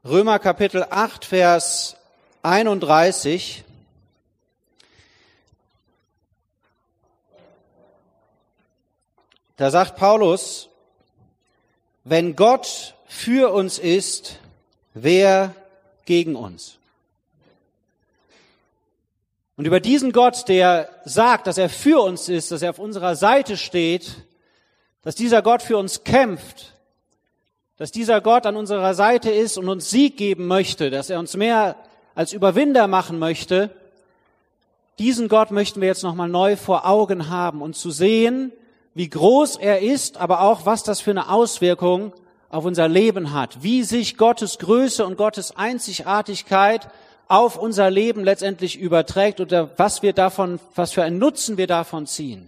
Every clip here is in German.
Römer Kapitel 8, Vers 31. Da sagt Paulus, wenn Gott für uns ist, wer gegen uns? Und über diesen Gott, der sagt, dass er für uns ist, dass er auf unserer Seite steht, dass dieser Gott für uns kämpft, dass dieser Gott an unserer Seite ist und uns Sieg geben möchte, dass er uns mehr als Überwinder machen möchte, diesen Gott möchten wir jetzt nochmal neu vor Augen haben und zu sehen, wie groß er ist, aber auch, was das für eine Auswirkung auf unser Leben hat, wie sich Gottes Größe und Gottes Einzigartigkeit auf unser Leben letztendlich überträgt oder was für einen Nutzen wir davon ziehen.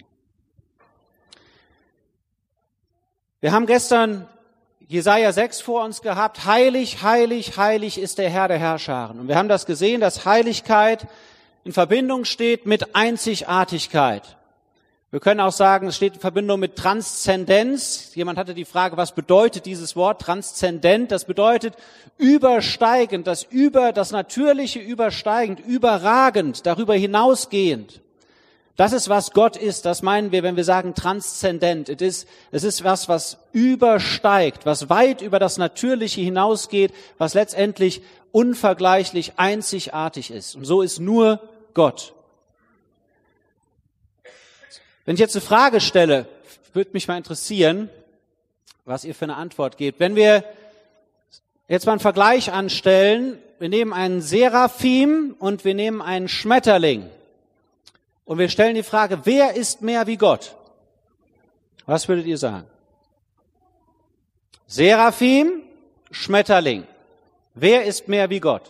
Wir haben gestern Jesaja 6 vor uns gehabt. Heilig, heilig, heilig ist der Herr der Herrscharen. Und wir haben das gesehen, dass Heiligkeit in Verbindung steht mit Einzigartigkeit. Wir können auch sagen, es steht in Verbindung mit Transzendenz. Jemand hatte die Frage, was bedeutet dieses Wort transzendent? Das bedeutet übersteigend, das Natürliche übersteigend, überragend, darüber hinausgehend. Das ist, was Gott ist. Das meinen wir, wenn wir sagen transzendent. Es ist was übersteigt, was weit über das Natürliche hinausgeht, was letztendlich unvergleichlich einzigartig ist. Und so ist nur Gott. Wenn ich jetzt eine Frage stelle, würde mich mal interessieren, was ihr für eine Antwort gebt. Wenn wir jetzt mal einen Vergleich anstellen, wir nehmen einen Seraphim und wir nehmen einen Schmetterling. Und wir stellen die Frage, wer ist mehr wie Gott? Was würdet ihr sagen? Seraphim, Schmetterling. Wer ist mehr wie Gott?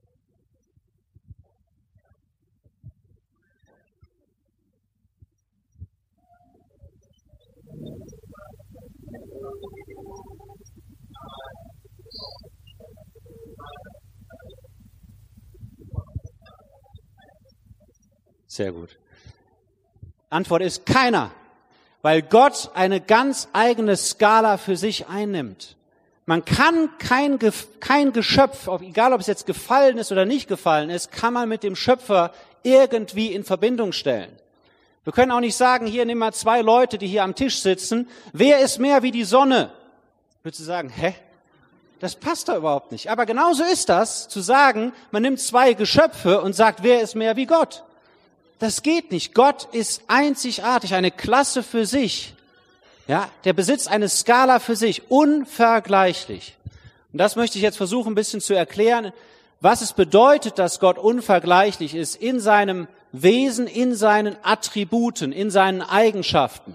Sehr gut. Antwort ist keiner, weil Gott eine ganz eigene Skala für sich einnimmt. Man kann kein Geschöpf, egal ob es jetzt gefallen ist oder nicht gefallen ist, kann man mit dem Schöpfer irgendwie in Verbindung stellen. Wir können auch nicht sagen, hier nehmen wir zwei Leute, die hier am Tisch sitzen, wer ist mehr wie die Sonne? Würdest du sagen, das passt da überhaupt nicht. Aber genauso ist das, zu sagen, man nimmt zwei Geschöpfe und sagt, wer ist mehr wie Gott? Das geht nicht. Gott ist einzigartig, eine Klasse für sich. Ja, der besitzt eine Skala für sich, unvergleichlich. Und das möchte ich jetzt versuchen, ein bisschen zu erklären, was es bedeutet, dass Gott unvergleichlich ist in seinem Wesen, in seinen Attributen, in seinen Eigenschaften.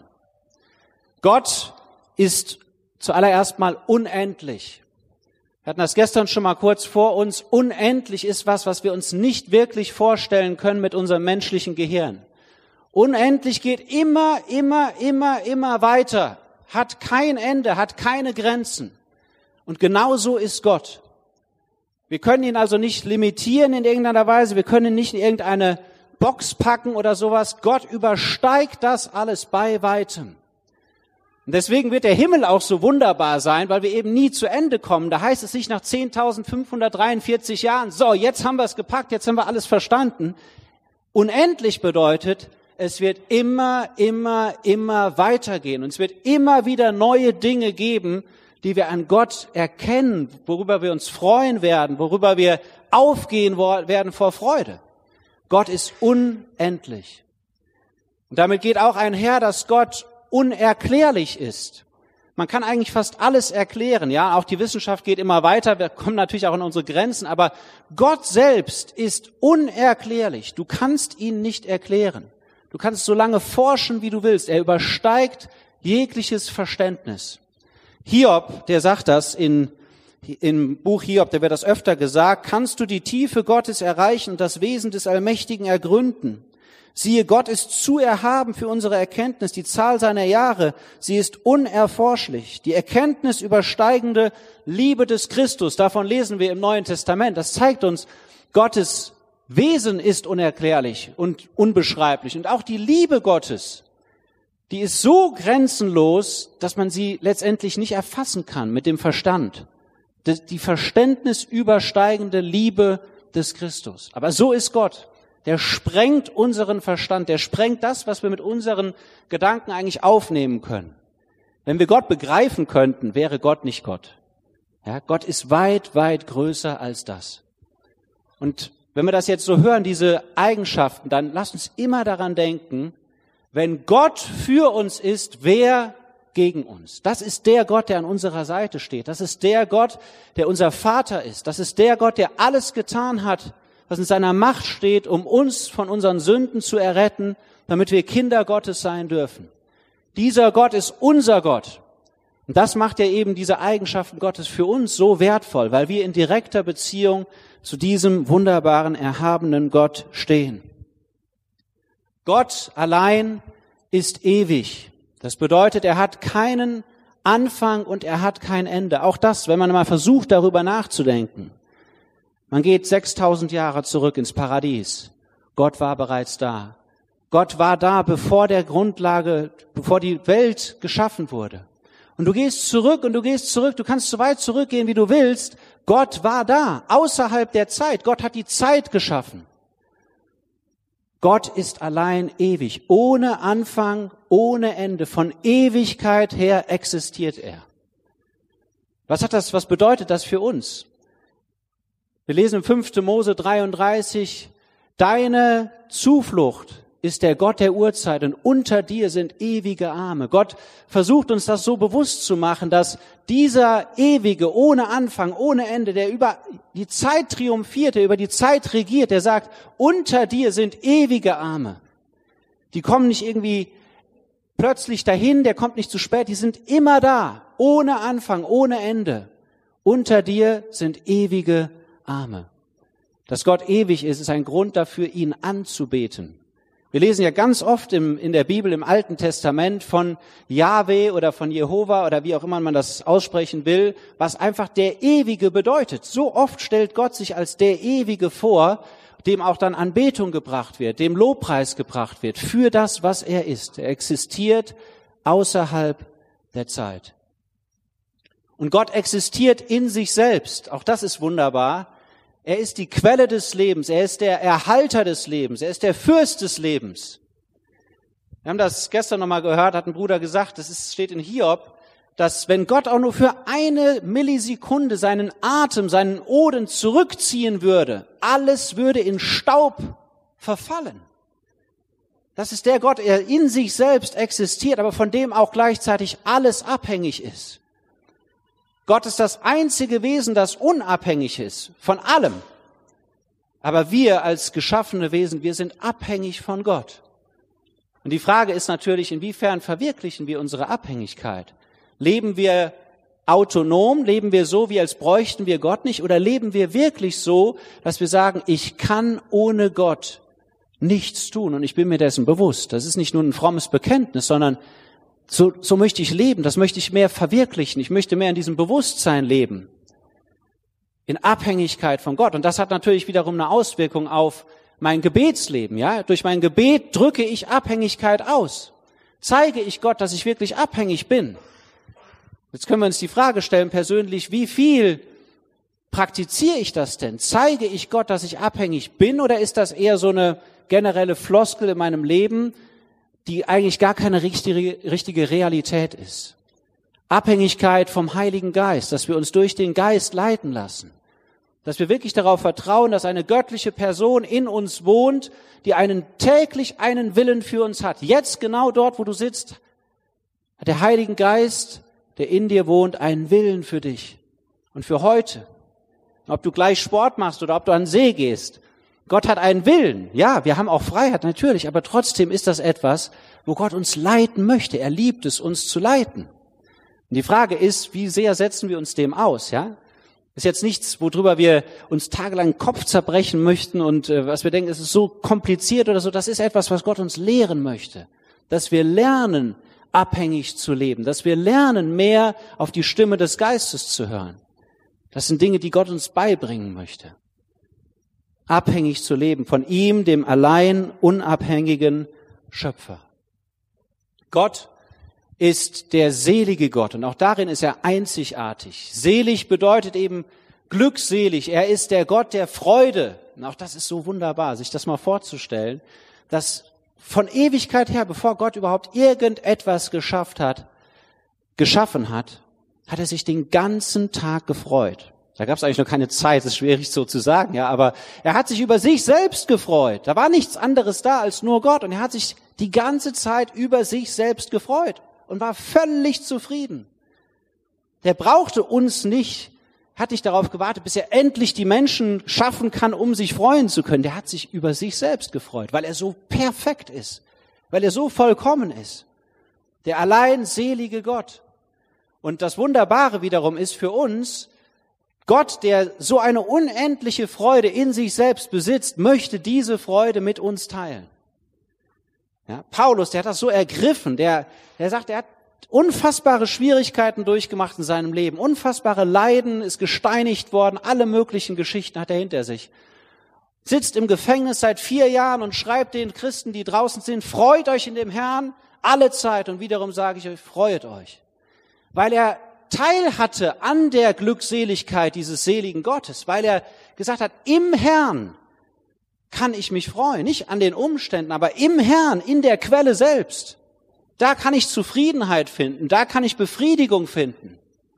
Gott ist zuallererst mal unendlich. Wir hatten das gestern schon mal kurz vor uns. Unendlich ist was wir uns nicht wirklich vorstellen können mit unserem menschlichen Gehirn. Unendlich geht immer weiter, hat kein Ende, hat keine Grenzen. Und genau so ist Gott. Wir können ihn also nicht limitieren in irgendeiner Weise, wir können ihn nicht in irgendeine Box packen oder sowas. Gott übersteigt das alles bei weitem. Und deswegen wird der Himmel auch so wunderbar sein, weil wir eben nie zu Ende kommen. Da heißt es nicht nach 10.543 Jahren, so, jetzt haben wir es gepackt, jetzt haben wir alles verstanden. Unendlich bedeutet, es wird immer weitergehen. Und es wird immer wieder neue Dinge geben, die wir an Gott erkennen, worüber wir uns freuen werden, worüber wir aufgehen werden vor Freude. Gott ist unendlich. Und damit geht auch einher, dass Gott unerklärlich ist. Man kann eigentlich fast alles erklären, ja, auch die Wissenschaft geht immer weiter, wir kommen natürlich auch an unsere Grenzen, aber Gott selbst ist unerklärlich. Du kannst ihn nicht erklären. Du kannst so lange forschen, wie du willst. Er übersteigt jegliches Verständnis. Hiob, der sagt das im Buch Hiob, der wird das öfter gesagt, kannst du die Tiefe Gottes erreichen und das Wesen des Allmächtigen ergründen? Siehe, Gott ist zu erhaben für unsere Erkenntnis, die Zahl seiner Jahre, sie ist unerforschlich. Die Erkenntnis übersteigende Liebe des Christus, davon lesen wir im Neuen Testament. Das zeigt uns, Gottes Wesen ist unerklärlich und unbeschreiblich. Und auch die Liebe Gottes, die ist so grenzenlos, dass man sie letztendlich nicht erfassen kann mit dem Verstand. die verständnisübersteigende Liebe des Christus. Aber so ist Gott. Der sprengt unseren Verstand, der sprengt das, was wir mit unseren Gedanken eigentlich aufnehmen können. Wenn wir Gott begreifen könnten, wäre Gott nicht Gott. Ja, Gott ist weit, weit größer als das. Und wenn wir das jetzt so hören, diese Eigenschaften, dann lasst uns immer daran denken, wenn Gott für uns ist, wer gegen uns? Das ist der Gott, der an unserer Seite steht. Das ist der Gott, der unser Vater ist. Das ist der Gott, der alles getan hat, was in seiner Macht steht, um uns von unseren Sünden zu erretten, damit wir Kinder Gottes sein dürfen. Dieser Gott ist unser Gott. Und das macht ja eben diese Eigenschaften Gottes für uns so wertvoll, weil wir in direkter Beziehung zu diesem wunderbaren, erhabenen Gott stehen. Gott allein ist ewig. Das bedeutet, er hat keinen Anfang und er hat kein Ende. Auch das, wenn man mal versucht, darüber nachzudenken. Man geht 6000 Jahre zurück ins Paradies. Gott war bereits da. Gott war da, bevor die Welt geschaffen wurde. Und du gehst zurück und du gehst zurück. Du kannst so weit zurückgehen, wie du willst. Gott war da, außerhalb der Zeit. Gott hat die Zeit geschaffen. Gott ist allein ewig, ohne Anfang, ohne Ende. Von Ewigkeit her existiert er. Was bedeutet das für uns? Wir lesen im 5. Mose 33, deine Zuflucht ist der Gott der Urzeit und unter dir sind ewige Arme. Gott versucht uns das so bewusst zu machen, dass dieser ewige, ohne Anfang, ohne Ende, der über die Zeit triumphiert, der über die Zeit regiert, der sagt, unter dir sind ewige Arme. Die kommen nicht irgendwie plötzlich dahin, der kommt nicht zu spät, die sind immer da, ohne Anfang, ohne Ende. Unter dir sind ewige Arme. Dass Gott ewig ist ein Grund dafür, ihn anzubeten. Wir lesen ja ganz oft in der Bibel, im Alten Testament von Jahwe oder von Jehova oder wie auch immer man das aussprechen will, was einfach der Ewige bedeutet. So oft stellt Gott sich als der Ewige vor, dem auch dann Anbetung gebracht wird, dem Lobpreis gebracht wird für das, was er ist. Er existiert außerhalb der Zeit. Und Gott existiert in sich selbst. Auch das ist wunderbar. Er ist die Quelle des Lebens, er ist der Erhalter des Lebens, er ist der Fürst des Lebens. Wir haben das gestern nochmal gehört, hat ein Bruder gesagt, steht in Hiob, dass wenn Gott auch nur für eine Millisekunde seinen Atem, seinen Odem zurückziehen würde, alles würde in Staub verfallen. Das ist der Gott, der in sich selbst existiert, aber von dem auch gleichzeitig alles abhängig ist. Gott ist das einzige Wesen, das unabhängig ist von allem. Aber wir als geschaffene Wesen, wir sind abhängig von Gott. Und die Frage ist natürlich, inwiefern verwirklichen wir unsere Abhängigkeit? Leben wir autonom? Leben wir so, wie als bräuchten wir Gott nicht? Oder leben wir wirklich so, dass wir sagen, ich kann ohne Gott nichts tun? Und ich bin mir dessen bewusst. Das ist nicht nur ein frommes Bekenntnis, sondern so möchte ich leben, das möchte ich mehr verwirklichen. Ich möchte mehr in diesem Bewusstsein leben. In Abhängigkeit von Gott. Und das hat natürlich wiederum eine Auswirkung auf mein Gebetsleben. Ja, durch mein Gebet drücke ich Abhängigkeit aus. Zeige ich Gott, dass ich wirklich abhängig bin. Jetzt können wir uns die Frage stellen persönlich, wie viel praktiziere ich das denn? Zeige ich Gott, dass ich abhängig bin? Oder ist das eher so eine generelle Floskel in meinem Leben, die eigentlich gar keine richtige Realität ist? Abhängigkeit vom Heiligen Geist, dass wir uns durch den Geist leiten lassen. Dass wir wirklich darauf vertrauen, dass eine göttliche Person in uns wohnt, die täglich einen Willen für uns hat. Jetzt genau dort, wo du sitzt, hat der Heilige Geist, der in dir wohnt, einen Willen für dich und für heute. Ob du gleich Sport machst oder ob du an den See gehst. Gott hat einen Willen. Ja, wir haben auch Freiheit natürlich, aber trotzdem ist das etwas, wo Gott uns leiten möchte. Er liebt es, uns zu leiten. Und die Frage ist, wie sehr setzen wir uns dem aus, ja? Ist jetzt nichts, worüber wir uns tagelang den Kopf zerbrechen möchten und was wir denken, es ist so kompliziert oder so. Das ist etwas, was Gott uns lehren möchte. Dass wir lernen, abhängig zu leben. Dass wir lernen, mehr auf die Stimme des Geistes zu hören. Das sind Dinge, die Gott uns beibringen möchte. Abhängig zu leben von ihm, dem allein unabhängigen Schöpfer. Gott ist der selige Gott. Und auch darin ist er einzigartig. Selig bedeutet eben glückselig. Er ist der Gott der Freude. Und auch das ist so wunderbar, sich das mal vorzustellen, dass von Ewigkeit her, bevor Gott überhaupt irgendetwas geschaffen hat, hat er sich den ganzen Tag gefreut. Da gab es eigentlich noch keine Zeit, das ist schwierig so zu sagen, ja, aber er hat sich über sich selbst gefreut. Da war nichts anderes da als nur Gott und er hat sich die ganze Zeit über sich selbst gefreut und war völlig zufrieden. Der brauchte uns nicht, hat nicht darauf gewartet, bis er endlich die Menschen schaffen kann, um sich freuen zu können. Der hat sich über sich selbst gefreut, weil er so perfekt ist, weil er so vollkommen ist. Der allein selige Gott. Und das Wunderbare wiederum ist für uns, Gott, der so eine unendliche Freude in sich selbst besitzt, möchte diese Freude mit uns teilen. Ja, Paulus, der hat das so ergriffen, der sagt, er hat unfassbare Schwierigkeiten durchgemacht in seinem Leben, unfassbare Leiden, ist gesteinigt worden, alle möglichen Geschichten hat er hinter sich. Sitzt im Gefängnis seit 4 Jahren und schreibt den Christen, die draußen sind, freut euch in dem Herrn alle Zeit. Und wiederum sage ich euch, freut euch. Weil er Teil hatte an der Glückseligkeit dieses seligen Gottes, weil er gesagt hat, im Herrn kann ich mich freuen, nicht an den Umständen, aber im Herrn, in der Quelle selbst. Da kann ich Zufriedenheit finden, da kann ich Befriedigung finden.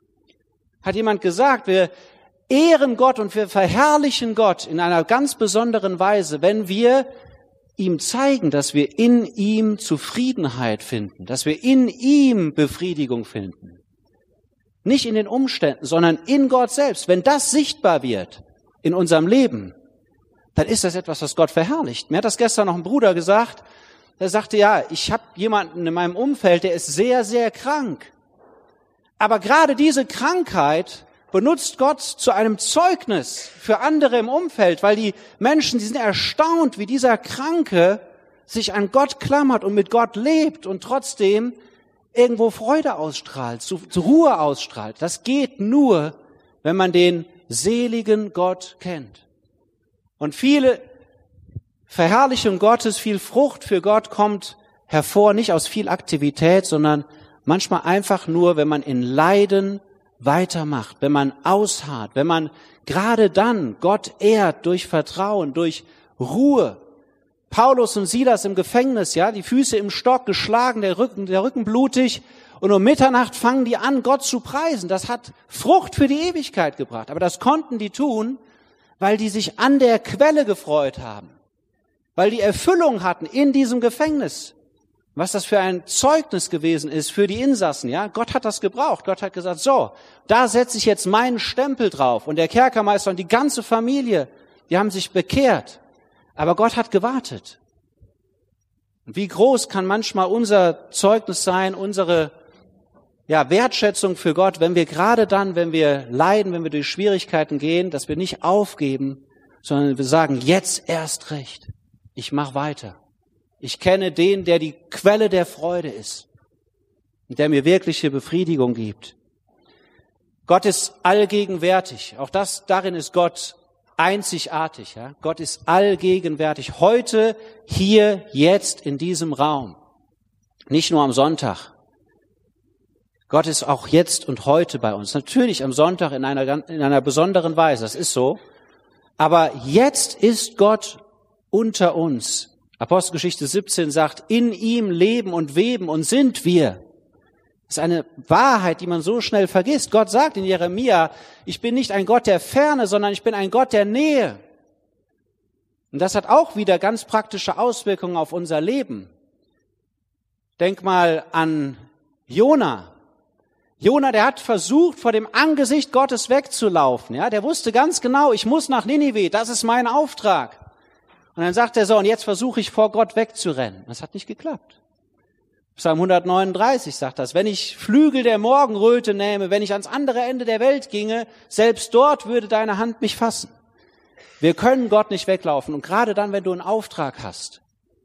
Hat jemand gesagt, wir ehren Gott und wir verherrlichen Gott in einer ganz besonderen Weise, wenn wir ihm zeigen, dass wir in ihm Zufriedenheit finden, dass wir in ihm Befriedigung finden. Nicht in den Umständen, sondern in Gott selbst. Wenn das sichtbar wird in unserem Leben, dann ist das etwas, was Gott verherrlicht. Mir hat das gestern noch ein Bruder gesagt, der sagte, ja, ich habe jemanden in meinem Umfeld, der ist sehr, sehr krank. Aber gerade diese Krankheit benutzt Gott zu einem Zeugnis für andere im Umfeld, weil die Menschen, die sind erstaunt, wie dieser Kranke sich an Gott klammert und mit Gott lebt und trotzdem irgendwo Freude ausstrahlt, zur Ruhe ausstrahlt. Das geht nur, wenn man den seligen Gott kennt. Und viele Verherrlichung Gottes, viel Frucht für Gott kommt hervor, nicht aus viel Aktivität, sondern manchmal einfach nur, wenn man in Leiden weitermacht, wenn man ausharrt, wenn man gerade dann Gott ehrt durch Vertrauen, durch Ruhe. Paulus und Silas im Gefängnis, ja, die Füße im Stock geschlagen, der Rücken blutig und um Mitternacht fangen die an, Gott zu preisen. Das hat Frucht für die Ewigkeit gebracht. Aber das konnten die tun, weil die sich an der Quelle gefreut haben, weil die Erfüllung hatten in diesem Gefängnis. Was das für ein Zeugnis gewesen ist für die Insassen, ja. Gott hat das gebraucht. Gott hat gesagt, so, da setze ich jetzt meinen Stempel drauf. Und der Kerkermeister und die ganze Familie, die haben sich bekehrt. Aber Gott hat gewartet. Und wie groß kann manchmal unser Zeugnis sein, unsere Wertschätzung für Gott, wenn wir gerade dann, wenn wir leiden, wenn wir durch Schwierigkeiten gehen, dass wir nicht aufgeben, sondern wir sagen, jetzt erst recht. Ich mache weiter. Ich kenne den, der die Quelle der Freude ist und der mir wirkliche Befriedigung gibt. Gott ist allgegenwärtig. Auch darin ist Gott einzigartig. Ja? Gott ist allgegenwärtig. Heute, hier, jetzt, in diesem Raum. Nicht nur am Sonntag. Gott ist auch jetzt und heute bei uns. Natürlich am Sonntag in einer besonderen Weise. Das ist so. Aber jetzt ist Gott unter uns. Apostelgeschichte 17 sagt, in ihm leben und weben und sind wir. Das ist eine Wahrheit, die man so schnell vergisst. Gott sagt in Jeremia, ich bin nicht ein Gott der Ferne, sondern ich bin ein Gott der Nähe. Und das hat auch wieder ganz praktische Auswirkungen auf unser Leben. Denk mal an Jona. Jona, der hat versucht, vor dem Angesicht Gottes wegzulaufen. Ja, der wusste ganz genau, ich muss nach Ninive, das ist mein Auftrag. Und dann sagt er so, und jetzt versuche ich vor Gott wegzurennen. Das hat nicht geklappt. Psalm 139 sagt das, wenn ich Flügel der Morgenröte nähme, wenn ich ans andere Ende der Welt ginge, selbst dort würde deine Hand mich fassen. Wir können Gott nicht weglaufen. Und gerade dann, wenn du einen Auftrag hast,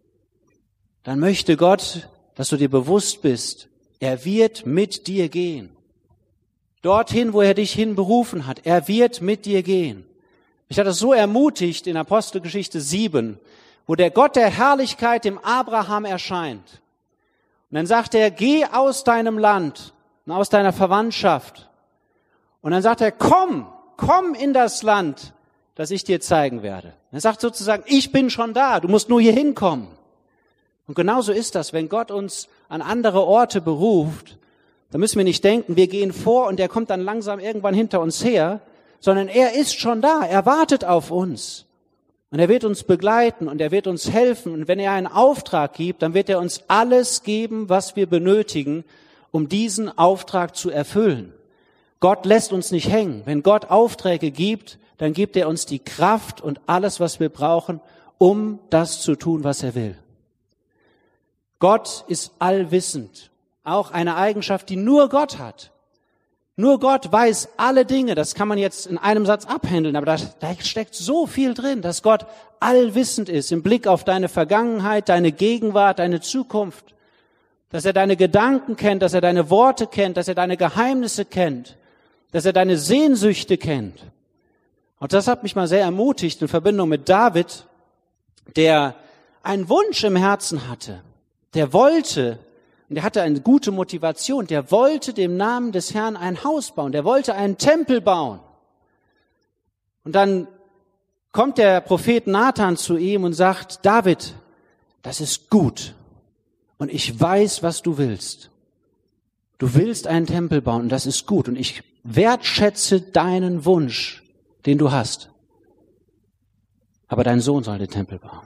dann möchte Gott, dass du dir bewusst bist, er wird mit dir gehen. Dorthin, wo er dich hin berufen hat, er wird mit dir gehen. Mich hat das so ermutigt in Apostelgeschichte 7, wo der Gott der Herrlichkeit dem Abraham erscheint. Und dann sagt er, geh aus deinem Land und aus deiner Verwandtschaft. Und dann sagt er, komm in das Land, das ich dir zeigen werde. Er sagt sozusagen, ich bin schon da, du musst nur hier hinkommen. Und genauso ist das, wenn Gott uns an andere Orte beruft, dann müssen wir nicht denken, wir gehen vor und der kommt dann langsam irgendwann hinter uns her, sondern er ist schon da, er wartet auf uns. Und er wird uns begleiten und er wird uns helfen. Und wenn er einen Auftrag gibt, dann wird er uns alles geben, was wir benötigen, um diesen Auftrag zu erfüllen. Gott lässt uns nicht hängen. Wenn Gott Aufträge gibt, dann gibt er uns die Kraft und alles, was wir brauchen, um das zu tun, was er will. Gott ist allwissend. Auch eine Eigenschaft, die nur Gott hat. Nur Gott weiß alle Dinge. Das kann man jetzt in einem Satz abhandeln, aber da steckt so viel drin, dass Gott allwissend ist im Blick auf deine Vergangenheit, deine Gegenwart, deine Zukunft. Dass er deine Gedanken kennt, dass er deine Worte kennt, dass er deine Geheimnisse kennt, dass er deine Sehnsüchte kennt. Und das hat mich mal sehr ermutigt in Verbindung mit David, der einen Wunsch im Herzen hatte. Der wollte, und der hatte eine gute Motivation, der wollte dem Namen des Herrn ein Haus bauen, der wollte einen Tempel bauen. Und dann kommt der Prophet Nathan zu ihm und sagt, David, das ist gut und ich weiß, was du willst. Du willst einen Tempel bauen und das ist gut und ich wertschätze deinen Wunsch, den du hast. Aber dein Sohn soll den Tempel bauen.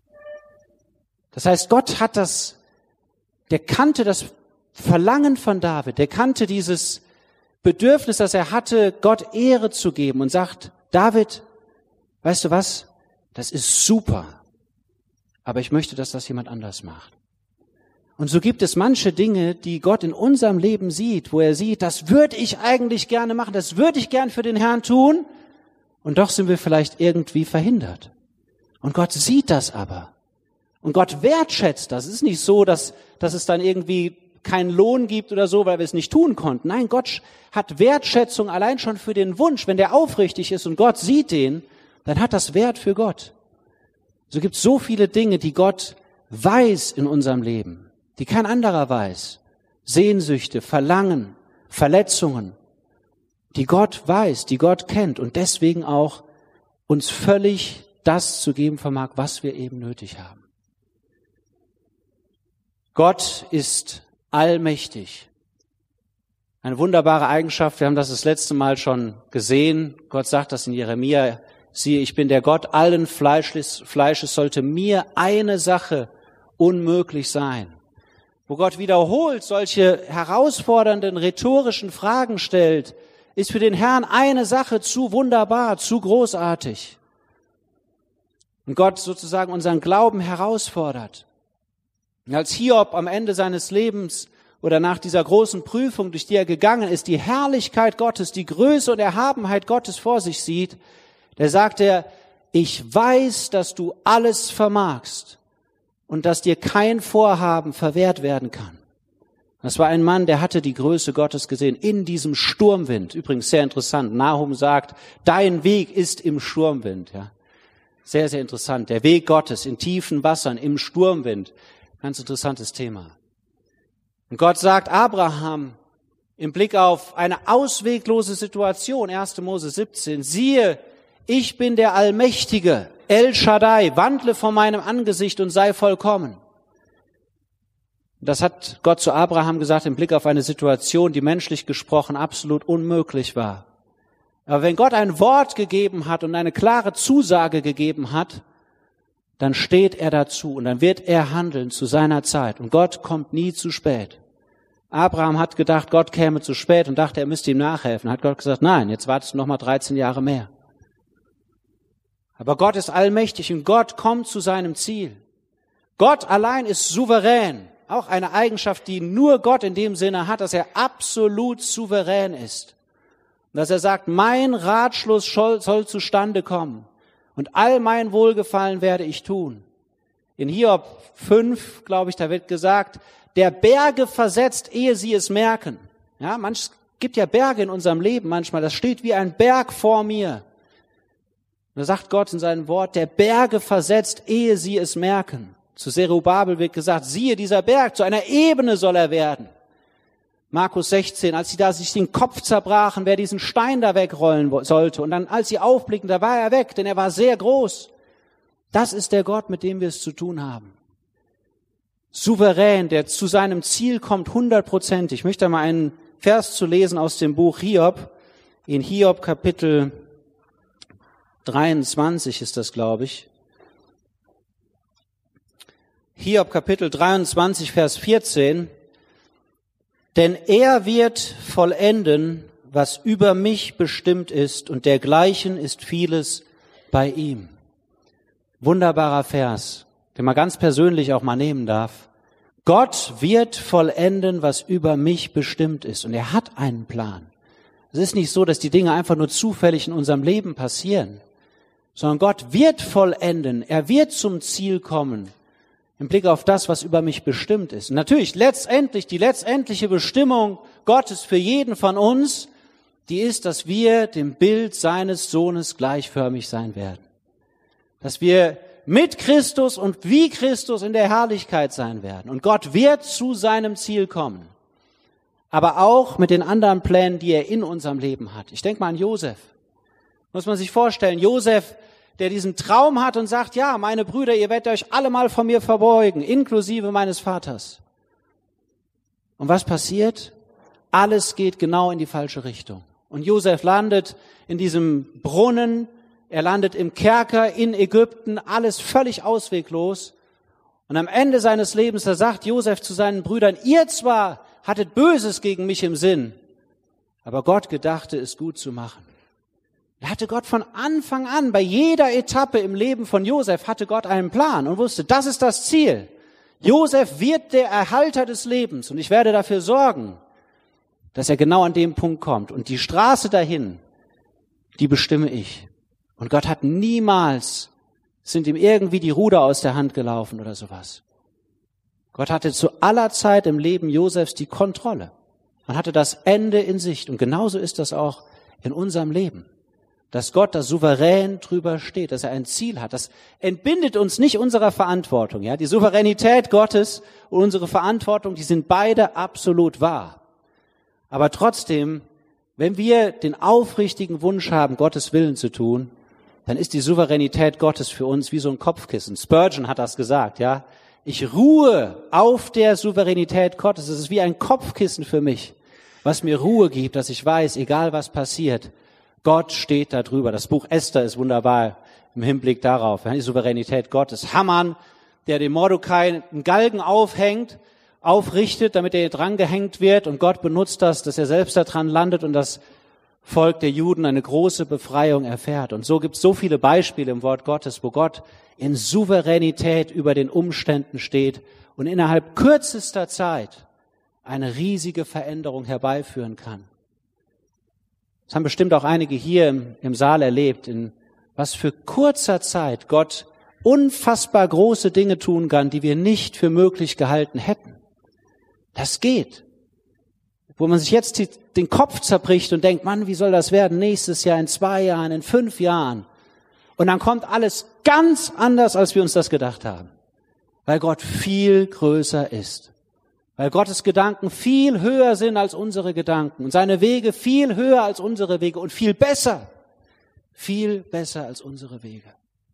Das heißt, Gott hat der kannte das Verlangen von David, der kannte dieses Bedürfnis, das er hatte, Gott Ehre zu geben und sagt, David, weißt du was, das ist super, aber ich möchte, dass das jemand anders macht. Und so gibt es manche Dinge, die Gott in unserem Leben sieht, wo er sieht, das würde ich eigentlich gerne machen, das würde ich gern für den Herrn tun, und doch sind wir vielleicht irgendwie verhindert. Und Gott sieht das aber. Und Gott wertschätzt das. Es ist nicht so, dass es dann irgendwie keinen Lohn gibt oder so, weil wir es nicht tun konnten. Nein, Gott hat Wertschätzung allein schon für den Wunsch. Wenn der aufrichtig ist und Gott sieht den, dann hat das Wert für Gott. So gibt es so viele Dinge, die Gott weiß in unserem Leben, die kein anderer weiß. Sehnsüchte, Verlangen, Verletzungen, die Gott weiß, die Gott kennt und deswegen auch uns völlig das zu geben vermag, was wir eben nötig haben. Gott ist allmächtig. Eine wunderbare Eigenschaft, wir haben das letzte Mal schon gesehen. Gott sagt das in Jeremia, siehe, ich bin der Gott allen Fleisches, sollte mir eine Sache unmöglich sein. Wo Gott wiederholt solche herausfordernden, rhetorischen Fragen stellt, ist für den Herrn eine Sache zu wunderbar, zu großartig. Und Gott sozusagen unseren Glauben herausfordert. Und als Hiob am Ende seines Lebens oder nach dieser großen Prüfung, durch die er gegangen ist, die Herrlichkeit Gottes, die Größe und Erhabenheit Gottes vor sich sieht, da sagt er, ich weiß, dass du alles vermagst und dass dir kein Vorhaben verwehrt werden kann. Das war ein Mann, der hatte die Größe Gottes gesehen in diesem Sturmwind. Übrigens sehr interessant, Nahum sagt, dein Weg ist im Sturmwind. Ja. Sehr, sehr interessant. Der Weg Gottes in tiefen Wassern, im Sturmwind. Ganz interessantes Thema. Und Gott sagt Abraham im Blick auf eine ausweglose Situation, 1. Mose 17, siehe, ich bin der Allmächtige, El Shaddai, wandle vor meinem Angesicht und sei vollkommen. Das hat Gott zu Abraham gesagt im Blick auf eine Situation, die menschlich gesprochen absolut unmöglich war. Aber wenn Gott ein Wort gegeben hat und eine klare Zusage gegeben hat, dann steht er dazu und dann wird er handeln zu seiner Zeit. Und Gott kommt nie zu spät. Abraham hat gedacht, Gott käme zu spät und dachte, er müsste ihm nachhelfen. Hat Gott gesagt, nein, jetzt wartest du noch mal 13 Jahre mehr. Aber Gott ist allmächtig und Gott kommt zu seinem Ziel. Gott allein ist souverän. Auch eine Eigenschaft, die nur Gott in dem Sinne hat, dass er absolut souverän ist. Und dass er sagt, mein Ratschluss soll zustande kommen. Und all mein Wohlgefallen werde ich tun. In Hiob 5, glaube ich, da wird gesagt, der Berge versetzt, ehe sie es merken. Ja, es gibt ja Berge in unserem Leben manchmal, das steht wie ein Berg vor mir. Und da sagt Gott in seinem Wort, der Berge versetzt, ehe sie es merken. Zu Zerubabel wird gesagt, siehe, dieser Berg, zu einer Ebene soll er werden. Markus 16, als sie da sich den Kopf zerbrachen, wer diesen Stein da wegrollen sollte. Und dann, als sie aufblicken, da war er weg, denn er war sehr groß. Das ist der Gott, mit dem wir es zu tun haben. Souverän, der zu seinem Ziel kommt, 100%. Ich möchte mal einen Vers zu lesen aus dem Buch Hiob. In Hiob Kapitel 23 ist das, glaube ich. Hiob Kapitel 23, Vers 14. Denn er wird vollenden, was über mich bestimmt ist, und dergleichen ist vieles bei ihm. Wunderbarer Vers, den man ganz persönlich auch mal nehmen darf. Gott wird vollenden, was über mich bestimmt ist. Und er hat einen Plan. Es ist nicht so, dass die Dinge einfach nur zufällig in unserem Leben passieren, sondern Gott wird vollenden. Er wird zum Ziel kommen im Blick auf das, was über mich bestimmt ist. Und natürlich, die letztendliche Bestimmung Gottes für jeden von uns, die ist, dass wir dem Bild seines Sohnes gleichförmig sein werden. Dass wir mit Christus und wie Christus in der Herrlichkeit sein werden. Und Gott wird zu seinem Ziel kommen. Aber auch mit den anderen Plänen, die er in unserem Leben hat. Ich denke mal an Josef. Muss man sich vorstellen, Josef, der diesen Traum hat und sagt, ja, meine Brüder, ihr werdet euch alle mal von mir verbeugen, inklusive meines Vaters. Und was passiert? Alles geht genau in die falsche Richtung. Und Josef landet in diesem Brunnen, er landet im Kerker in Ägypten, alles völlig ausweglos. Und am Ende seines Lebens, da sagt Josef zu seinen Brüdern, ihr zwar hattet Böses gegen mich im Sinn, aber Gott gedachte, es gut zu machen. Er hatte Gott von Anfang an, bei jeder Etappe im Leben von Josef hatte Gott einen Plan und wusste, das ist das Ziel. Josef wird der Erhalter des Lebens und ich werde dafür sorgen, dass er genau an dem Punkt kommt. Und die Straße dahin, die bestimme ich. Und Gott hat niemals, sind ihm irgendwie die Ruder aus der Hand gelaufen oder sowas. Gott hatte zu aller Zeit im Leben Josefs die Kontrolle. Man hatte das Ende in Sicht. Und genauso ist das auch in unserem Leben. Dass Gott da souverän drüber steht, dass er ein Ziel hat. Das entbindet uns nicht unserer Verantwortung. Ja, die Souveränität Gottes und unsere Verantwortung, die sind beide absolut wahr. Aber trotzdem, wenn wir den aufrichtigen Wunsch haben, Gottes Willen zu tun, dann ist die Souveränität Gottes für uns wie so ein Kopfkissen. Spurgeon hat das gesagt, ja. Ich ruhe auf der Souveränität Gottes. Es ist wie ein Kopfkissen für mich, was mir Ruhe gibt, dass ich weiß, egal was passiert, Gott steht da drüber. Das Buch Esther ist wunderbar im Hinblick darauf. Die Souveränität Gottes. Haman, der dem Mordecai einen Galgen aufrichtet, damit er dran gehängt wird. Und Gott benutzt das, dass er selbst da dran landet und das Volk der Juden eine große Befreiung erfährt. Und so gibt es so viele Beispiele im Wort Gottes, wo Gott in Souveränität über den Umständen steht und innerhalb kürzester Zeit eine riesige Veränderung herbeiführen kann. Das haben bestimmt auch einige hier im Saal erlebt, in was für kurzer Zeit Gott unfassbar große Dinge tun kann, die wir nicht für möglich gehalten hätten. Das geht. Wo man sich jetzt den Kopf zerbricht und denkt, Mann, wie soll das werden nächstes Jahr, in 2 Jahren, in 5 Jahren? Und dann kommt alles ganz anders, als wir uns das gedacht haben. Weil Gott viel größer ist. Weil Gottes Gedanken viel höher sind als unsere Gedanken und seine Wege viel höher als unsere Wege und viel besser als unsere Wege.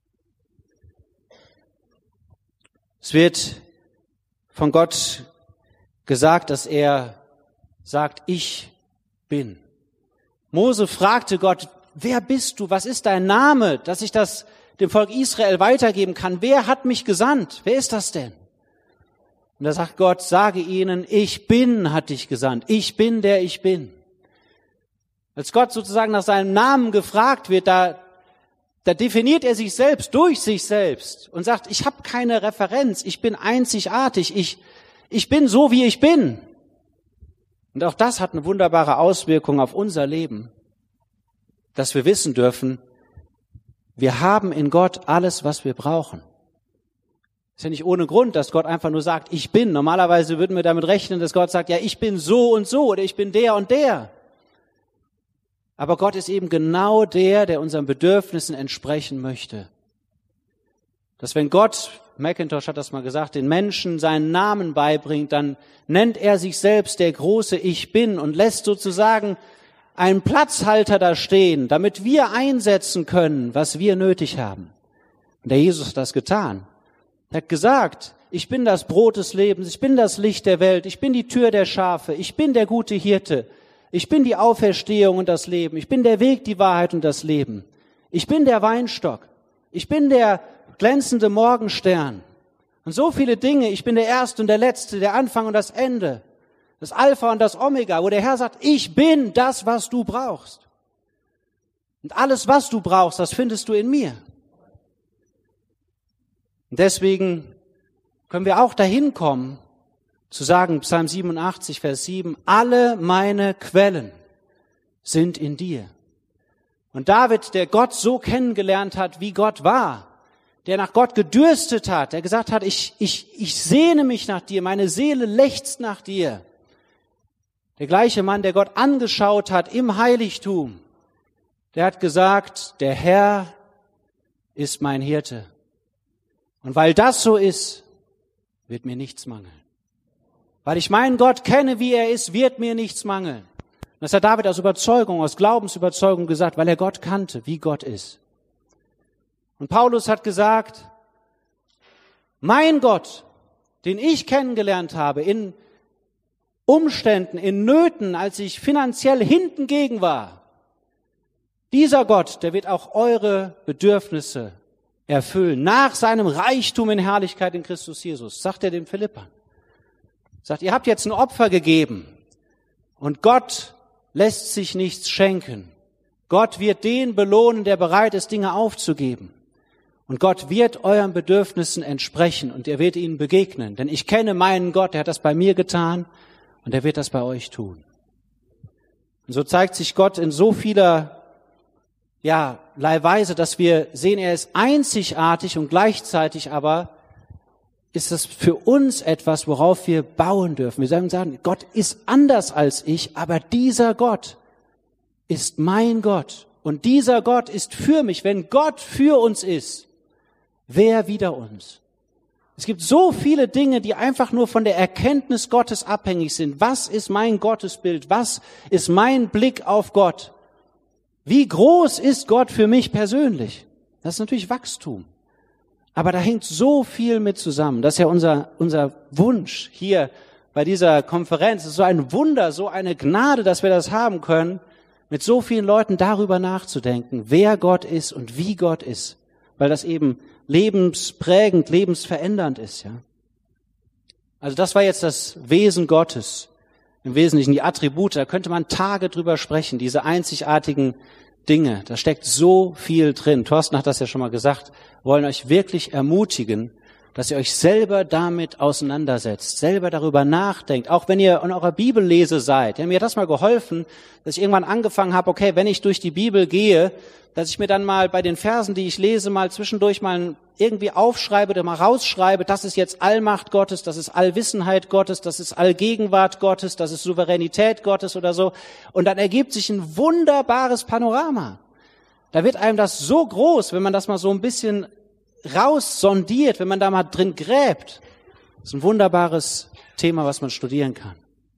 Es wird von Gott gesagt, dass er sagt, ich bin. Mose fragte Gott, wer bist du? Was ist dein Name, dass ich das dem Volk Israel weitergeben kann? Wer hat mich gesandt? Wer ist das denn? Und da sagt Gott, sage ihnen, ich bin, hat dich gesandt. Ich bin, der ich bin. Als Gott sozusagen nach seinem Namen gefragt wird, da definiert er sich selbst durch sich selbst und sagt, ich habe keine Referenz, ich bin einzigartig, ich bin so, wie ich bin. Und auch das hat eine wunderbare Auswirkung auf unser Leben, dass wir wissen dürfen, wir haben in Gott alles, was wir brauchen. Ist ja nicht ohne Grund, dass Gott einfach nur sagt, ich bin. Normalerweise würden wir damit rechnen, dass Gott sagt, ja, ich bin so und so oder ich bin der und der. Aber Gott ist eben genau der unseren Bedürfnissen entsprechen möchte. Dass wenn Gott McIntosh hat das mal gesagt, den Menschen seinen Namen beibringt, dann nennt er sich selbst der große Ich Bin und lässt sozusagen einen Platzhalter da stehen, damit wir einsetzen können, was wir nötig haben. Und der Jesus hat das getan. Er hat gesagt, ich bin das Brot des Lebens, ich bin das Licht der Welt, ich bin die Tür der Schafe, ich bin der gute Hirte, ich bin die Auferstehung und das Leben, ich bin der Weg, die Wahrheit und das Leben. Ich bin der Weinstock, ich bin der glänzende Morgenstern. Und so viele Dinge, ich bin der Erste und der Letzte, der Anfang und das Ende, das Alpha und das Omega, wo der Herr sagt, ich bin das, was du brauchst. Und alles, was du brauchst, das findest du in mir. Und deswegen können wir auch dahin kommen, zu sagen, Psalm 87, Vers 7, alle meine Quellen sind in dir. Und David, der Gott so kennengelernt hat, wie Gott war, der nach Gott gedürstet hat, der gesagt hat, ich sehne mich nach dir, meine Seele lechzt nach dir. Der gleiche Mann, der Gott angeschaut hat im Heiligtum, der hat gesagt, der Herr ist mein Hirte. Und weil das so ist, wird mir nichts mangeln. Weil ich meinen Gott kenne, wie er ist, wird mir nichts mangeln. Das hat David aus Überzeugung, aus Glaubensüberzeugung gesagt, weil er Gott kannte, wie Gott ist. Und Paulus hat gesagt, mein Gott, den ich kennengelernt habe, in Umständen, in Nöten, als ich finanziell hinten gegen war, dieser Gott, der wird auch eure Bedürfnisse erfüllen, nach seinem Reichtum in Herrlichkeit in Christus Jesus, sagt er den Philippern. Sagt, ihr habt jetzt ein Opfer gegeben und Gott lässt sich nichts schenken. Gott wird den belohnen, der bereit ist, Dinge aufzugeben. Und Gott wird euren Bedürfnissen entsprechen und er wird ihnen begegnen. Denn ich kenne meinen Gott, der hat das bei mir getan und er wird das bei euch tun. Und so zeigt sich Gott in so vielerlei Weise, dass wir sehen, er ist einzigartig und gleichzeitig aber ist es für uns etwas, worauf wir bauen dürfen. Wir sagen, Gott ist anders als ich, aber dieser Gott ist mein Gott. Und dieser Gott ist für mich. Wenn Gott für uns ist, wer wider uns? Es gibt so viele Dinge, die einfach nur von der Erkenntnis Gottes abhängig sind. Was ist mein Gottesbild? Was ist mein Blick auf Gott? Wie groß ist Gott für mich persönlich? Das ist natürlich Wachstum. Aber da hängt so viel mit zusammen. Das ist ja unser Wunsch hier bei dieser Konferenz. Es ist so ein Wunder, so eine Gnade, dass wir das haben können, mit so vielen Leuten darüber nachzudenken, wer Gott ist und wie Gott ist. Weil das eben lebensprägend, lebensverändernd ist, ja. Also das war jetzt das Wesen Gottes. Im Wesentlichen die Attribute. Da könnte man Tage drüber sprechen, diese einzigartigen Dinge. Da steckt so viel drin. Thorsten hat das ja schon mal gesagt. Wir wollen euch wirklich ermutigen, dass ihr euch selber damit auseinandersetzt, selber darüber nachdenkt. Auch wenn ihr in eurer Bibellese seid. Ja, mir hat das mal geholfen, dass ich irgendwann angefangen habe, okay, wenn ich durch die Bibel gehe, dass ich mir dann mal bei den Versen, die ich lese, mal zwischendurch mal irgendwie aufschreibe oder mal rausschreibe, das ist jetzt Allmacht Gottes, das ist Allwissenheit Gottes, das ist Allgegenwart Gottes, das ist Souveränität Gottes oder so. Und dann ergibt sich ein wunderbares Panorama. Da wird einem das so groß, wenn man das mal so ein bisschen raussondiert, wenn man da mal drin gräbt. Das ist ein wunderbares Thema, was man studieren kann.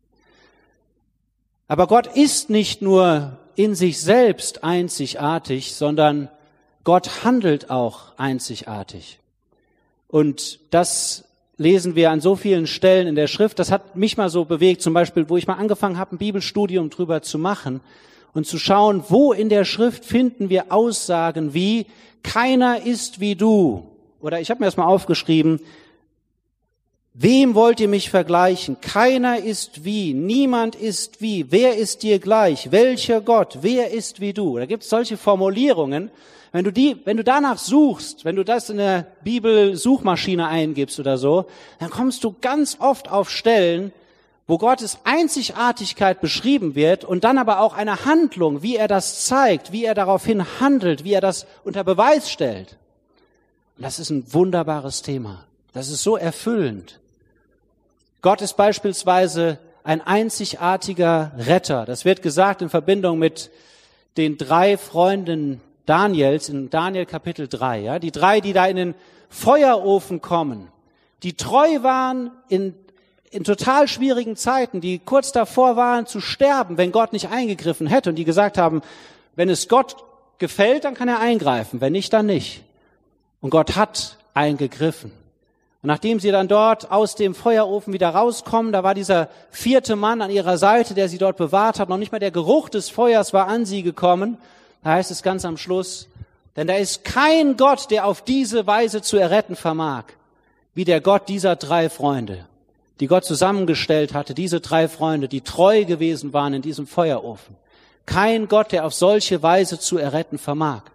Aber Gott ist nicht nur in sich selbst einzigartig, sondern Gott handelt auch einzigartig. Und das lesen wir an so vielen Stellen in der Schrift. Das hat mich mal so bewegt, zum Beispiel, wo ich mal angefangen habe, ein Bibelstudium drüber zu machen und zu schauen, wo in der Schrift finden wir Aussagen wie, keiner ist wie du. Oder ich habe mir das mal aufgeschrieben, wem wollt ihr mich vergleichen? Keiner ist wie, niemand ist wie, wer ist dir gleich? Welcher Gott? Wer ist wie du? Da gibt es solche Formulierungen. Wenn du danach suchst, wenn du das in der Bibel-Suchmaschine eingibst oder so, dann kommst du ganz oft auf Stellen, wo Gottes Einzigartigkeit beschrieben wird und dann aber auch eine Handlung, wie er das zeigt, wie er daraufhin handelt, wie er das unter Beweis stellt. Und das ist ein wunderbares Thema. Das ist so erfüllend. Gott ist beispielsweise ein einzigartiger Retter. Das wird gesagt in Verbindung mit den 3 Freunden Daniels in Daniel Kapitel 3. Ja? Die 3, die da in den Feuerofen kommen, die treu waren in total schwierigen Zeiten, die kurz davor waren zu sterben, wenn Gott nicht eingegriffen hätte und die gesagt haben, wenn es Gott gefällt, dann kann er eingreifen, wenn nicht, dann nicht. Und Gott hat eingegriffen. Und nachdem sie dann dort aus dem Feuerofen wieder rauskommen, da war dieser 4. Mann an ihrer Seite, der sie dort bewahrt hat, noch nicht mal der Geruch des Feuers war an sie gekommen. Da heißt es ganz am Schluss, denn da ist kein Gott, der auf diese Weise zu erretten vermag, wie der Gott dieser 3 Freunde, die Gott zusammengestellt hatte, diese 3 Freunde, die treu gewesen waren in diesem Feuerofen. Kein Gott, der auf solche Weise zu erretten vermag.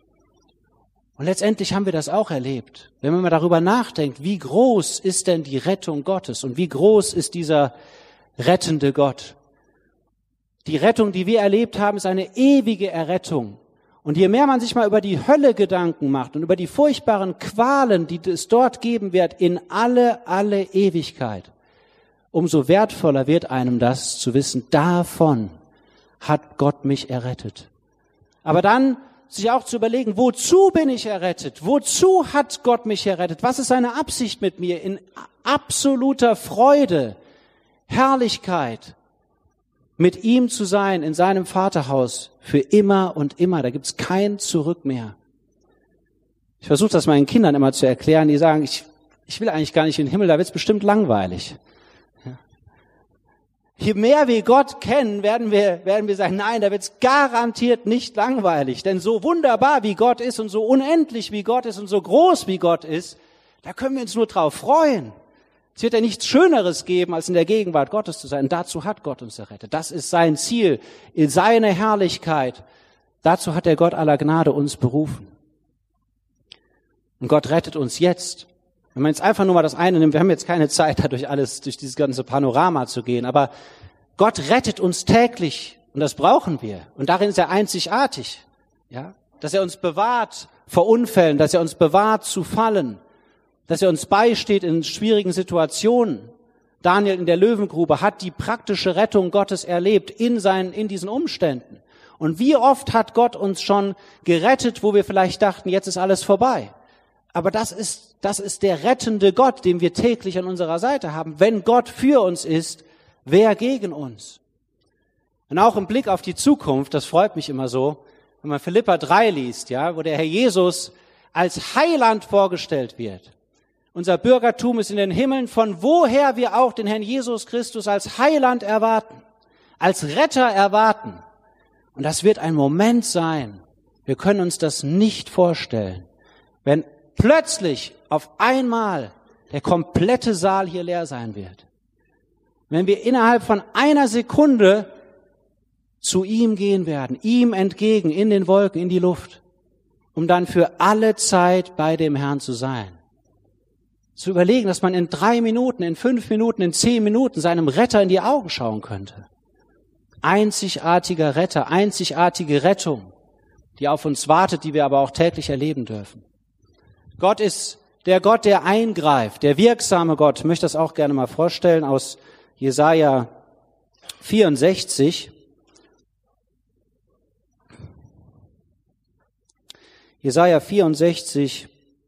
Und letztendlich haben wir das auch erlebt. Wenn man mal darüber nachdenkt, wie groß ist denn die Rettung Gottes und wie groß ist dieser rettende Gott. Die Rettung, die wir erlebt haben, ist eine ewige Errettung. Und je mehr man sich mal über die Hölle Gedanken macht und über die furchtbaren Qualen, die es dort geben wird, in alle Ewigkeit, umso wertvoller wird einem das zu wissen, davon hat Gott mich errettet. Aber dann sich auch zu überlegen, wozu bin ich errettet? Wozu hat Gott mich errettet? Was ist seine Absicht mit mir? In absoluter Freude, Herrlichkeit, mit ihm zu sein in seinem Vaterhaus für immer und immer. Da gibt's kein Zurück mehr. Ich versuche das meinen Kindern immer zu erklären. Die sagen, ich will eigentlich gar nicht in den Himmel, da wird's bestimmt langweilig. Ja. Je mehr wir Gott kennen, werden wir sagen, nein, da wird's garantiert nicht langweilig. Denn so wunderbar wie Gott ist und so unendlich wie Gott ist und so groß wie Gott ist, da können wir uns nur drauf freuen. Es wird ja nichts Schöneres geben, als in der Gegenwart Gottes zu sein. Dazu hat Gott uns errettet. Das ist sein Ziel, in seine Herrlichkeit. Dazu hat der Gott aller Gnade uns berufen. Und Gott rettet uns jetzt. Wenn man jetzt einfach nur mal das eine nimmt, wir haben jetzt keine Zeit, da durch dieses ganze Panorama zu gehen, aber Gott rettet uns täglich und das brauchen wir. Und darin ist er einzigartig, ja, dass er uns bewahrt vor Unfällen, dass er uns bewahrt zu fallen, dass er uns beisteht in schwierigen Situationen. Daniel in der Löwengrube hat die praktische Rettung Gottes erlebt in diesen Umständen. Und wie oft hat Gott uns schon gerettet, wo wir vielleicht dachten, jetzt ist alles vorbei. Aber das ist der rettende Gott, den wir täglich an unserer Seite haben. Wenn Gott für uns ist, wer gegen uns? Und auch im Blick auf die Zukunft, das freut mich immer so, wenn man Philipper 3 liest, ja, wo der Herr Jesus als Heiland vorgestellt wird. Unser Bürgertum ist in den Himmeln, von woher wir auch den Herrn Jesus Christus als Heiland erwarten, als Retter erwarten. Und das wird ein Moment sein, wir können uns das nicht vorstellen, wenn plötzlich auf einmal der komplette Saal hier leer sein wird. Wenn wir innerhalb von einer Sekunde zu ihm gehen werden, ihm entgegen, in den Wolken, in die Luft, um dann für alle Zeit bei dem Herrn zu sein. Zu überlegen, dass man in 3 Minuten, in 5 Minuten, in 10 Minuten seinem Retter in die Augen schauen könnte. Einzigartiger Retter, einzigartige Rettung, die auf uns wartet, die wir aber auch täglich erleben dürfen. Gott ist der Gott, der eingreift, der wirksame Gott. Ich möchte das auch gerne mal vorstellen aus Jesaja 64. Jesaja 64,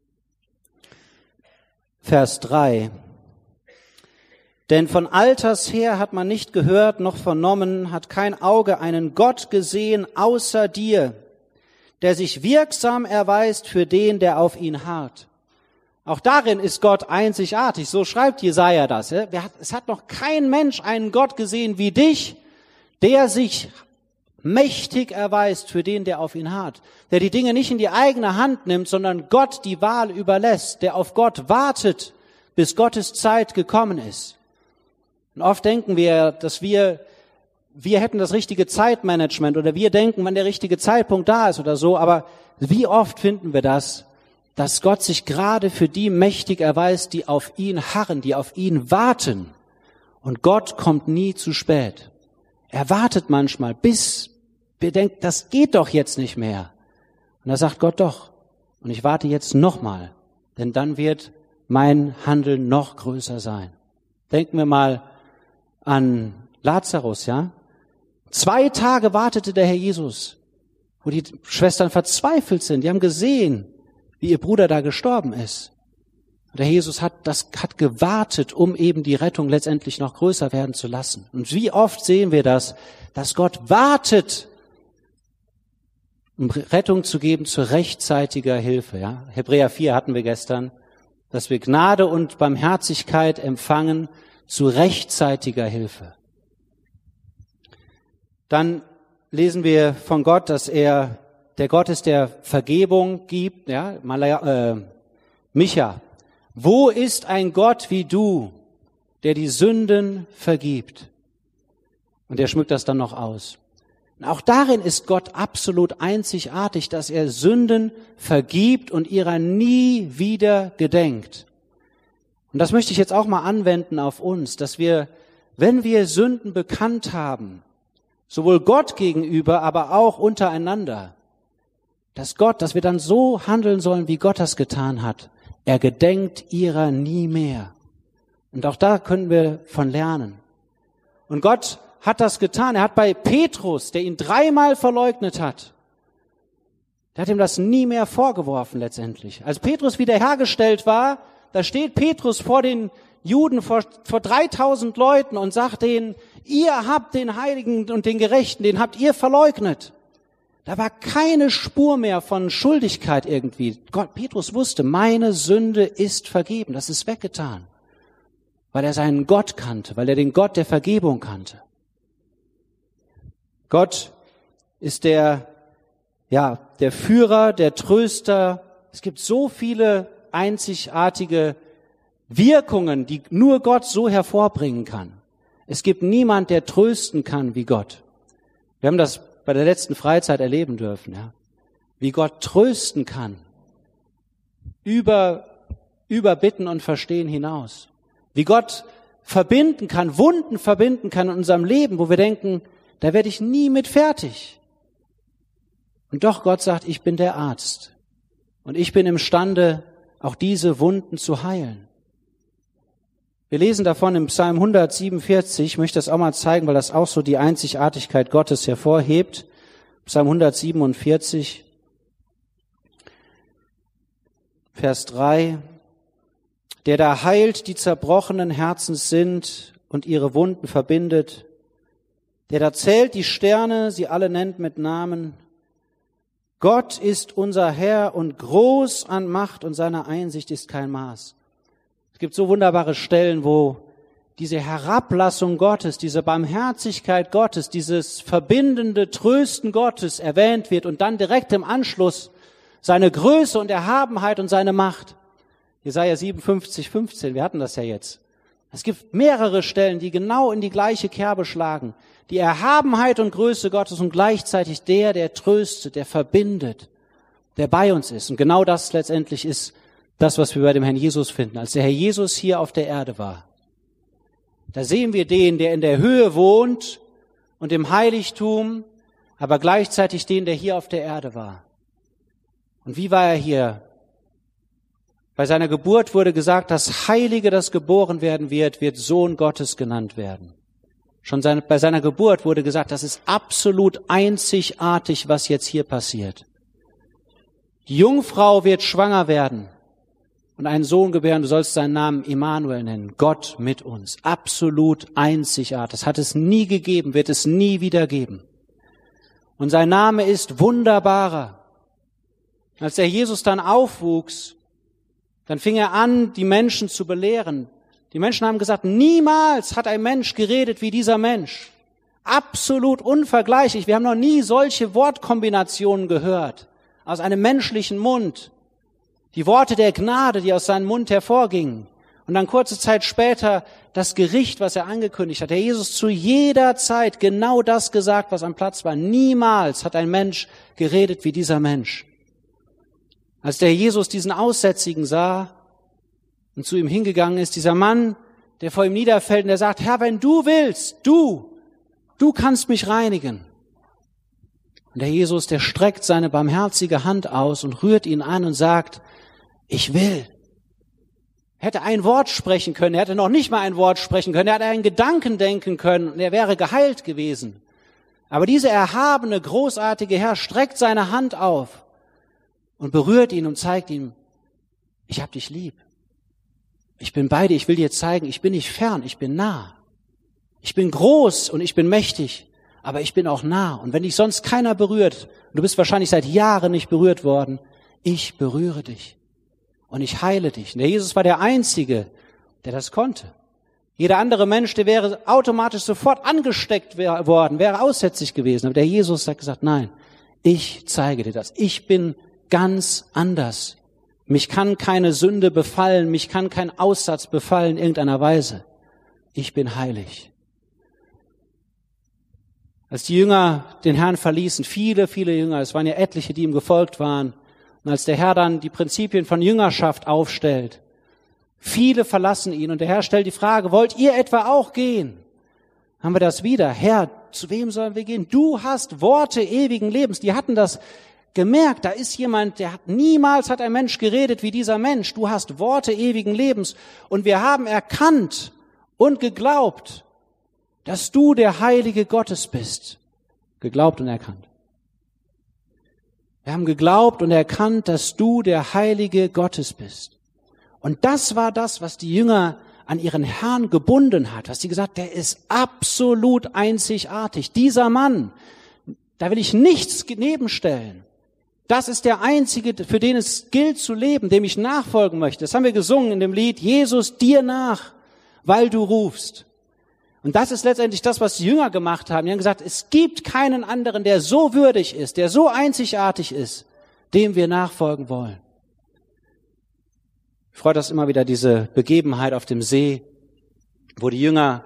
Vers 3. Denn von alters her hat man nicht gehört noch vernommen, hat kein Auge einen Gott gesehen außer dir, der sich wirksam erweist für den, der auf ihn harrt. Auch darin ist Gott einzigartig, so schreibt Jesaja das. Es hat noch kein Mensch einen Gott gesehen wie dich, der sich mächtig erweist für den, der auf ihn harrt. Der die Dinge nicht in die eigene Hand nimmt, sondern Gott die Wahl überlässt, der auf Gott wartet, bis Gottes Zeit gekommen ist. Und oft denken wir, dass wir hätten das richtige Zeitmanagement oder wir denken, wann der richtige Zeitpunkt da ist oder so, aber wie oft finden wir das, dass Gott sich gerade für die mächtig erweist, die auf ihn harren, die auf ihn warten. Und Gott kommt nie zu spät. Er wartet manchmal, bis wir denken, das geht doch jetzt nicht mehr. Und da sagt Gott doch, und ich warte jetzt nochmal, denn dann wird mein Handeln noch größer sein. Denken wir mal an Lazarus, ja? 2 Tage wartete der Herr Jesus, wo die Schwestern verzweifelt sind. Die haben gesehen, wie ihr Bruder da gestorben ist. Und der Jesus hat gewartet, um eben die Rettung letztendlich noch größer werden zu lassen. Und wie oft sehen wir das, dass Gott wartet, um Rettung zu geben zu rechtzeitiger Hilfe. Ja? Hebräer 4 hatten wir gestern, dass wir Gnade und Barmherzigkeit empfangen zu rechtzeitiger Hilfe. Dann lesen wir von Gott, dass er der Gott ist, der Vergebung gibt. Ja? Micha, wo ist ein Gott wie du, der die Sünden vergibt? Und er schmückt das dann noch aus. Und auch darin ist Gott absolut einzigartig, dass er Sünden vergibt und ihrer nie wieder gedenkt. Und das möchte ich jetzt auch mal anwenden auf uns, dass wir, wenn wir Sünden bekannt haben, sowohl Gott gegenüber, aber auch untereinander, dass wir dann so handeln sollen, wie Gott das getan hat. Er gedenkt ihrer nie mehr. Und auch da können wir von lernen. Und Gott hat das getan. Er hat bei Petrus, der ihn 3-mal verleugnet hat, der hat ihm das nie mehr vorgeworfen letztendlich. Als Petrus wiederhergestellt war, da steht Petrus vor den Juden, vor 3000 Leuten und sagt denen, ihr habt den Heiligen und den Gerechten, den habt ihr verleugnet. Da war keine Spur mehr von Schuldigkeit irgendwie. Petrus wusste, meine Sünde ist vergeben, das ist weggetan. Weil er seinen Gott kannte, weil er den Gott der Vergebung kannte. Gott ist der Führer, der Tröster. Es gibt so viele einzigartige Wirkungen, die nur Gott so hervorbringen kann. Es gibt niemand, der trösten kann wie Gott. Wir haben das bei der letzten Freizeit erleben dürfen, ja. Wie Gott trösten kann. Über Bitten und Verstehen hinaus. Wie Gott verbinden kann, Wunden verbinden kann in unserem Leben, wo wir denken, da werde ich nie mit fertig. Und doch Gott sagt, ich bin der Arzt. Und ich bin imstande, auch diese Wunden zu heilen. Wir lesen davon im Psalm 147, ich möchte das auch mal zeigen, weil das auch so die Einzigartigkeit Gottes hervorhebt. Psalm 147, Vers 3. Der da heilt, die zerbrochenen Herzens sind und ihre Wunden verbindet. Der da zählt die Sterne, sie alle nennt mit Namen. Gott ist unser Herr und groß an Macht und seine Einsicht ist kein Maß. Es gibt so wunderbare Stellen, wo diese Herablassung Gottes, diese Barmherzigkeit Gottes, dieses verbindende Trösten Gottes erwähnt wird und dann direkt im Anschluss seine Größe und Erhabenheit und seine Macht. Jesaja 57, 15, wir hatten das ja jetzt. Es gibt mehrere Stellen, die genau in die gleiche Kerbe schlagen. Die Erhabenheit und Größe Gottes und gleichzeitig der tröstet, der verbindet, der bei uns ist. Und genau das letztendlich ist das, was wir bei dem Herrn Jesus finden. Als der Herr Jesus hier auf der Erde war, da sehen wir den, der in der Höhe wohnt und im Heiligtum, aber gleichzeitig den, der hier auf der Erde war. Und wie war er hier? Bei seiner Geburt wurde gesagt, das Heilige, das geboren werden wird Sohn Gottes genannt werden. Schon bei seiner Geburt wurde gesagt, das ist absolut einzigartig, was jetzt hier passiert. Die Jungfrau wird schwanger werden und einen Sohn gebären, du sollst seinen Namen Immanuel nennen, Gott mit uns. Absolut einzigartig. Das hat es nie gegeben, wird es nie wieder geben. Und sein Name ist Wunderbarer. Als der Jesus dann aufwuchs, dann fing er an, die Menschen zu belehren. Die Menschen haben gesagt, niemals hat ein Mensch geredet wie dieser Mensch. Absolut unvergleichlich. Wir haben noch nie solche Wortkombinationen gehört aus einem menschlichen Mund. Die Worte der Gnade, die aus seinem Mund hervorgingen. Und dann kurze Zeit später das Gericht, was er angekündigt hat. Der Jesus zu jeder Zeit genau das gesagt, was am Platz war. Niemals hat ein Mensch geredet wie dieser Mensch. Als der Jesus diesen Aussätzigen sah und zu ihm hingegangen ist, dieser Mann, der vor ihm niederfällt und der sagt, Herr, wenn du willst, du kannst mich reinigen. Und der Jesus, der streckt seine barmherzige Hand aus und rührt ihn an und sagt, ich will. Er hätte ein Wort sprechen können, er hätte noch nicht mal ein Wort sprechen können, er hätte einen Gedanken denken können und er wäre geheilt gewesen. Aber dieser erhabene, großartige Herr streckt seine Hand auf und berührt ihn und zeigt ihm, ich hab dich lieb. Ich bin bei dir, ich will dir zeigen, ich bin nicht fern, ich bin nah. Ich bin groß und ich bin mächtig, aber ich bin auch nah. Und wenn dich sonst keiner berührt, und du bist wahrscheinlich seit Jahren nicht berührt worden, ich berühre dich und ich heile dich. Und der Jesus war der Einzige, der das konnte. Jeder andere Mensch, der wäre automatisch sofort angesteckt worden, wäre aussätzlich gewesen. Aber der Jesus hat gesagt, nein, ich zeige dir das. Ich bin ganz anders. Mich kann keine Sünde befallen, mich kann kein Aussatz befallen in irgendeiner Weise. Ich bin heilig. Als die Jünger den Herrn verließen, viele, viele Jünger, es waren ja etliche, die ihm gefolgt waren, und als der Herr dann die Prinzipien von Jüngerschaft aufstellt, viele verlassen ihn und der Herr stellt die Frage, wollt ihr etwa auch gehen? Haben wir das wieder. Herr, zu wem sollen wir gehen? Du hast Worte ewigen Lebens. Die hatten das gemerkt. Da ist jemand, niemals hat ein Mensch geredet wie dieser Mensch. Du hast Worte ewigen Lebens. Und wir haben erkannt und geglaubt, dass du der Heilige Gottes bist. Geglaubt und erkannt. Wir haben geglaubt und erkannt, dass du der Heilige Gottes bist. Und das war das, was die Jünger an ihren Herrn gebunden hat. Was sie gesagt, der ist absolut einzigartig. Dieser Mann, da will ich nichts nebenstellen. Das ist der Einzige, für den es gilt zu leben, dem ich nachfolgen möchte. Das haben wir gesungen in dem Lied, Jesus, dir nach, weil du rufst. Und das ist letztendlich das, was die Jünger gemacht haben. Die haben gesagt, es gibt keinen anderen, der so würdig ist, der so einzigartig ist, dem wir nachfolgen wollen. Ich freue das immer wieder, diese Begebenheit auf dem See, wo die Jünger,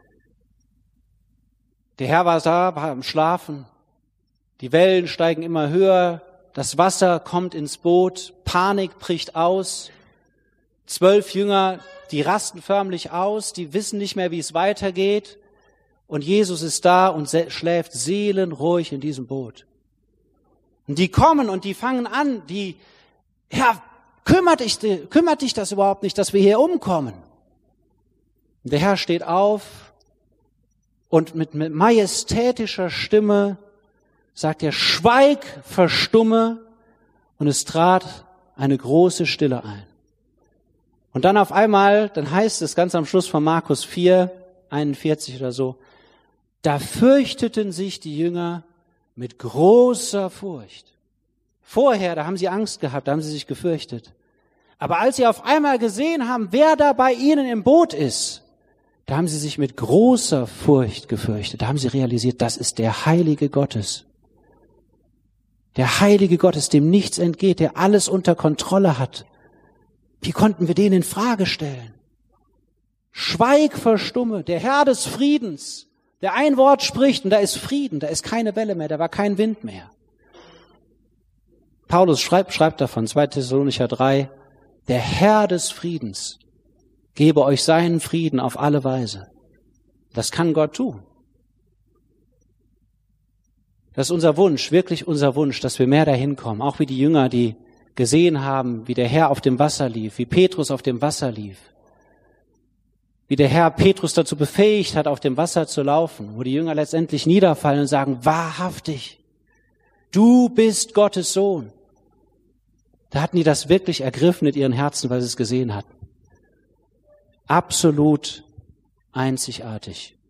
der Herr war da, war am Schlafen, die Wellen steigen immer höher, das Wasser kommt ins Boot, Panik bricht aus, 12 Jünger, die rasten förmlich aus, die wissen nicht mehr, wie es weitergeht und Jesus ist da und schläft seelenruhig in diesem Boot. Und die kommen und die fangen an, kümmert dich das überhaupt nicht, dass wir hier umkommen? Und der Herr steht auf und mit majestätischer Stimme sagt er, schweig, verstumme, und es trat eine große Stille ein. Und dann auf einmal, dann heißt es ganz am Schluss von Markus 4, 41 oder so, da fürchteten sich die Jünger mit großer Furcht. Vorher, da haben sie Angst gehabt, da haben sie sich gefürchtet. Aber als sie auf einmal gesehen haben, wer da bei ihnen im Boot ist, da haben sie sich mit großer Furcht gefürchtet. Da haben sie realisiert, das ist der Heilige Gottes. Der Heilige Gottes, dem nichts entgeht, der alles unter Kontrolle hat. Wie konnten wir den in Frage stellen? Schweig, verstumme, der Herr des Friedens, der ein Wort spricht und da ist Frieden, da ist keine Welle mehr, da war kein Wind mehr. Paulus schreibt davon, 2. Thessalonicher 3, der Herr des Friedens gebe euch seinen Frieden auf alle Weise. Das kann Gott tun. Das ist unser Wunsch, wirklich unser Wunsch, dass wir mehr dahin kommen. Auch wie die Jünger, die gesehen haben, wie der Herr auf dem Wasser lief, wie Petrus auf dem Wasser lief. Wie der Herr Petrus dazu befähigt hat, auf dem Wasser zu laufen. Wo die Jünger letztendlich niederfallen und sagen, wahrhaftig, du bist Gottes Sohn. Da hatten die das wirklich ergriffen in ihren Herzen, weil sie es gesehen hatten. Absolut einzigartig.